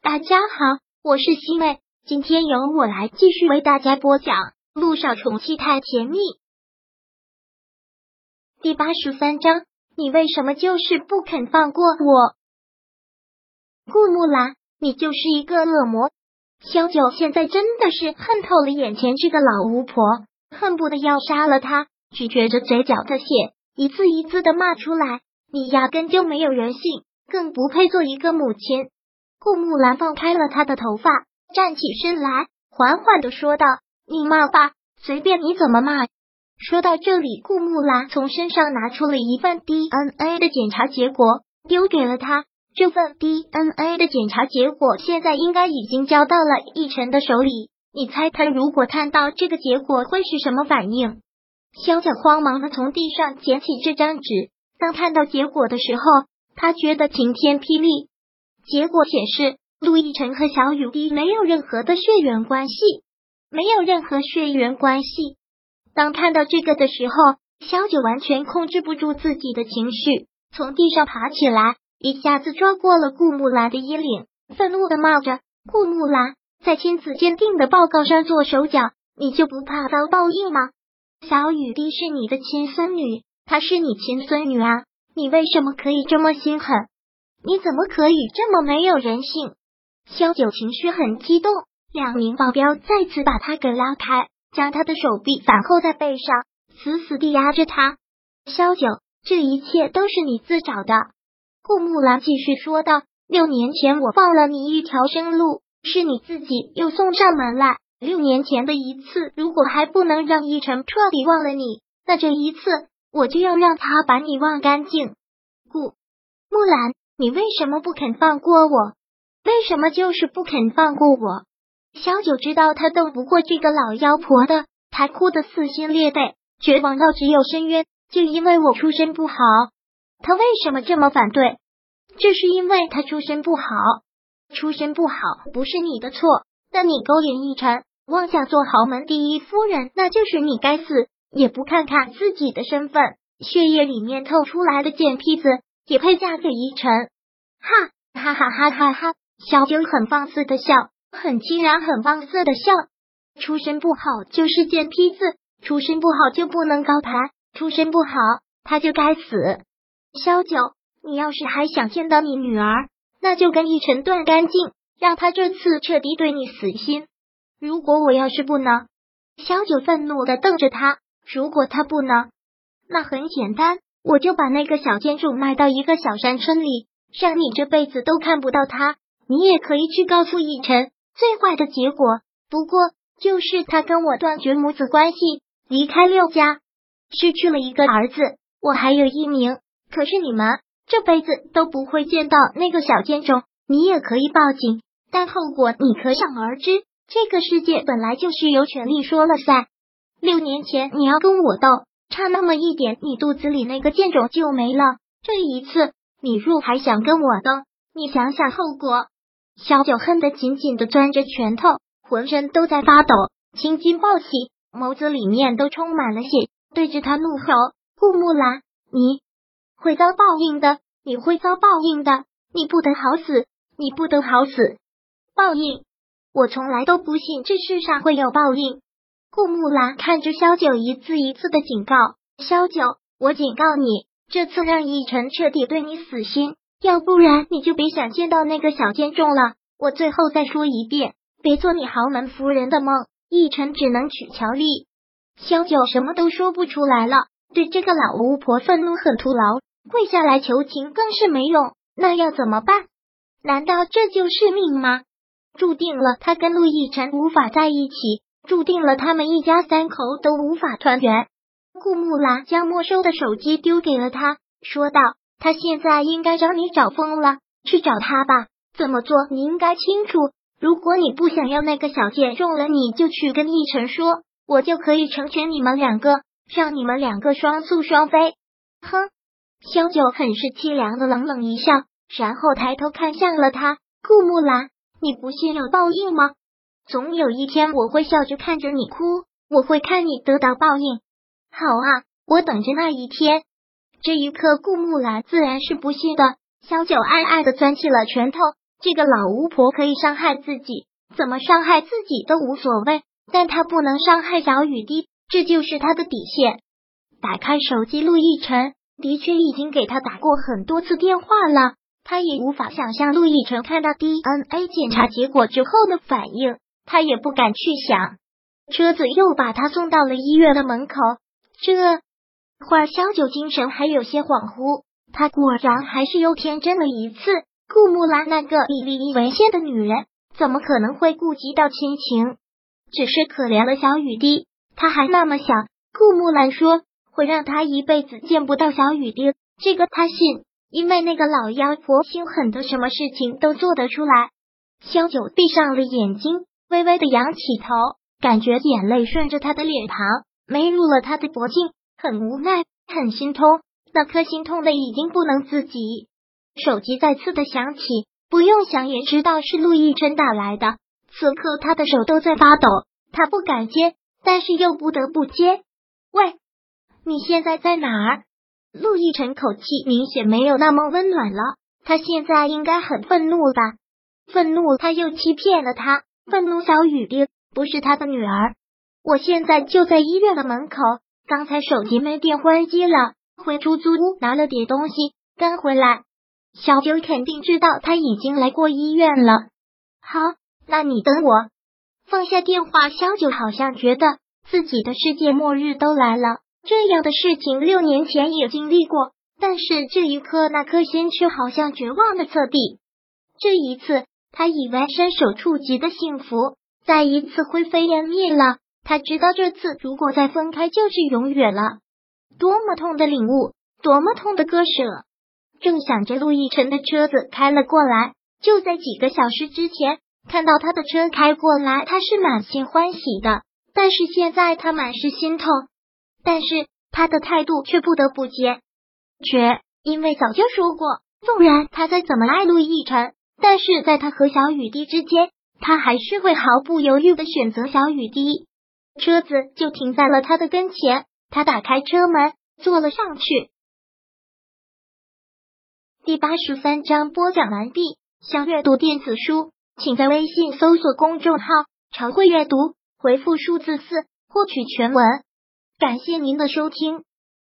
大家好，我是西妹，今天由我来继续为大家播讲《陆少宠妻太甜蜜》第83章。你为什么就是不肯放过我？顾木兰，你就是一个恶魔。萧九现在真的是恨透了眼前这个老巫婆，恨不得要杀了她，咀嚼着嘴角的血，一字一字的骂出来，你压根就没有人性，更不配做一个母亲。顾木兰放开了他的头发，站起身来，缓缓的说道：你骂吧，随便你怎么骂。说到这里，顾木兰从身上拿出了一份 DNA 的检查结果，丢给了他。这份 DNA 的检查结果现在应该已经交到了奕晨的手里，你猜他如果看到这个结果会是什么反应？萧九慌忙的从地上捡起这张纸，当看到结果的时候，他觉得晴天霹雳。结果显示，陆奕晨和小雨滴没有任何的血缘关系，没有任何血缘关系。当看到这个的时候，萧九完全控制不住自己的情绪，从地上爬起来，一下子抓过了顾木兰的衣领，愤怒的骂着：顾木兰，在亲子鉴定的报告上做手脚，你就不怕遭报应吗？小雨滴是你的亲孙女，她是你亲孙女啊，你为什么可以这么心狠？你怎么可以这么没有人性？萧九情绪很激动，两名保镖再次把他给拉开，将他的手臂反扣在背上，死死地压着他。萧九，这一切都是你自找的。顾木兰继续说道：6年前我放了你一条生路，是你自己又送上门来。6年前的一次，如果还不能让奕晨彻底忘了你，那这一次我就要让他把你忘干净。顾木兰，你为什么不肯放过我？为什么就是不肯放过我？萧九知道他斗不过这个老妖婆的，他哭得撕心裂肺，绝望到只有深渊。就因为我出身不好，他为什么这么反对？这是因为他出身不好，出身不好不是你的错，但你勾引奕晨，妄想做豪门第一夫人，那就是你该死，也不看看自己的身份，血液里面透出来的贱坯子也配嫁给奕晨。哈哈哈哈哈！萧九很放肆的笑，很凄然很放肆的笑。出身不好就是贱坯子，出身不好就不能高抬，出身不好他就该死。萧九，你要是还想见到你女儿，那就跟奕晨断干净，让他这次彻底对你死心。如果我要是不能，萧九愤怒的瞪着他，如果他不能，那很简单，我就把那个小贱种卖到一个小山村里，让你这辈子都看不到他。你也可以去告诉奕晨，最坏的结果不过就是他跟我断绝母子关系，离开六家，失去了一个儿子，我还有一名，可是你们这辈子都不会见到那个小贱种。你也可以报警，但后果你可想而知，这个世界本来就是由权力说了算。6年前你要跟我斗，差那么一点，你肚子里那个贱种就没了。这一次你若还想跟我斗，你想想后果。萧九恨得紧紧的攥着拳头，浑身都在发抖，青筋暴起，眸子里面都充满了血，对着他怒吼：顾木兰，你会遭报应的，你会遭报应的，你不得好死，你不得好死。报应？我从来都不信这世上会有报应。顾木兰看着萧九一次一次的警告：萧九，我警告你，这次让奕晨彻底对你死心，要不然你就别想见到那个小贱种了。我最后再说一遍，别做你豪门夫人的梦，奕晨只能娶乔丽。萧九什么都说不出来了，对这个老巫婆愤怒很徒劳，跪下来求情更是没用，那要怎么办？难道这就是命吗？注定了他跟陆奕晨无法在一起，注定了他们一家3口都无法团圆。顾木兰将没收的手机丢给了他，说道：他现在应该找你找疯了，去找他吧，怎么做你应该清楚。如果你不想要那个小贱种了，你就去跟奕晨说，我就可以成全你们2个，让你们2个双宿双飞。哼！萧九很是凄凉的冷冷一笑，然后抬头看向了他：顾木兰，你不信有报应吗？总有一天我会笑着看着你哭，我会看你得到报应。好啊，我等着那一天。这一刻顾木兰自然是不信的，萧九暗暗的攥起了拳头， 这个老巫婆可以伤害自己，怎么伤害自己都无所谓，但她不能伤害小雨滴，这就是她的底线。打开手机，陆亦辰的确已经给他打过很多次电话了，他也无法想象陆亦辰看到 DNA 检查结果之后的反应，他也不敢去想。车子又把他送到了医院的门口，这会儿小九精神还有些恍惚，他果然还是又天真了一次。顾木兰那个以利益为先的女人，怎么可能会顾及到亲情？只是可怜了小雨滴，他还那么想。顾木兰说会让他一辈子见不到小雨滴，这个他信，因为那个老妖婆心狠的，什么事情都做得出来。萧九闭上了眼睛，微微的仰起头，感觉眼泪顺着他的脸庞没入了他的脖颈，很无奈，很心痛，那颗心痛的已经不能自己。手机再次的响起，不用想也知道是陆亦辰打来的，此刻他的手都在发抖，他不敢接，但是又不得不接。喂，你现在在哪儿？陆亦辰口气明显没有那么温暖了，他现在应该很愤怒吧？愤怒他又欺骗了他，愤怒小雨滴不是他的女儿。我现在就在医院的门口，刚才手机没电关机了，回出租屋拿了点东西，刚回来。小九肯定知道他已经来过医院了。好，那你等我。放下电话，小九好像觉得自己的世界末日都来了。这样的事情6年前也经历过，但是这一刻那颗心却好像绝望的彻底。这一次，他以为伸手触及的幸福，再一次灰飞烟灭了。他知道这次如果再分开就是永远了。多么痛的领悟，多么痛的割舍。正想着，陆亦辰的车子开了过来，就在几个小时之前看到他的车开过来，他是满心欢喜的，但是现在他满是心痛。但是他的态度却不得不坚决，因为早就说过，纵然他再怎么爱陆亦辰，但是在他和小雨滴之间，他还是会毫不犹豫的选择小雨滴。车子就停在了他的跟前，他打开车门坐了上去。第83章播讲完毕。想阅读电子书，请在微信搜索公众号常会阅读，回复数字4获取全文。感谢您的收听。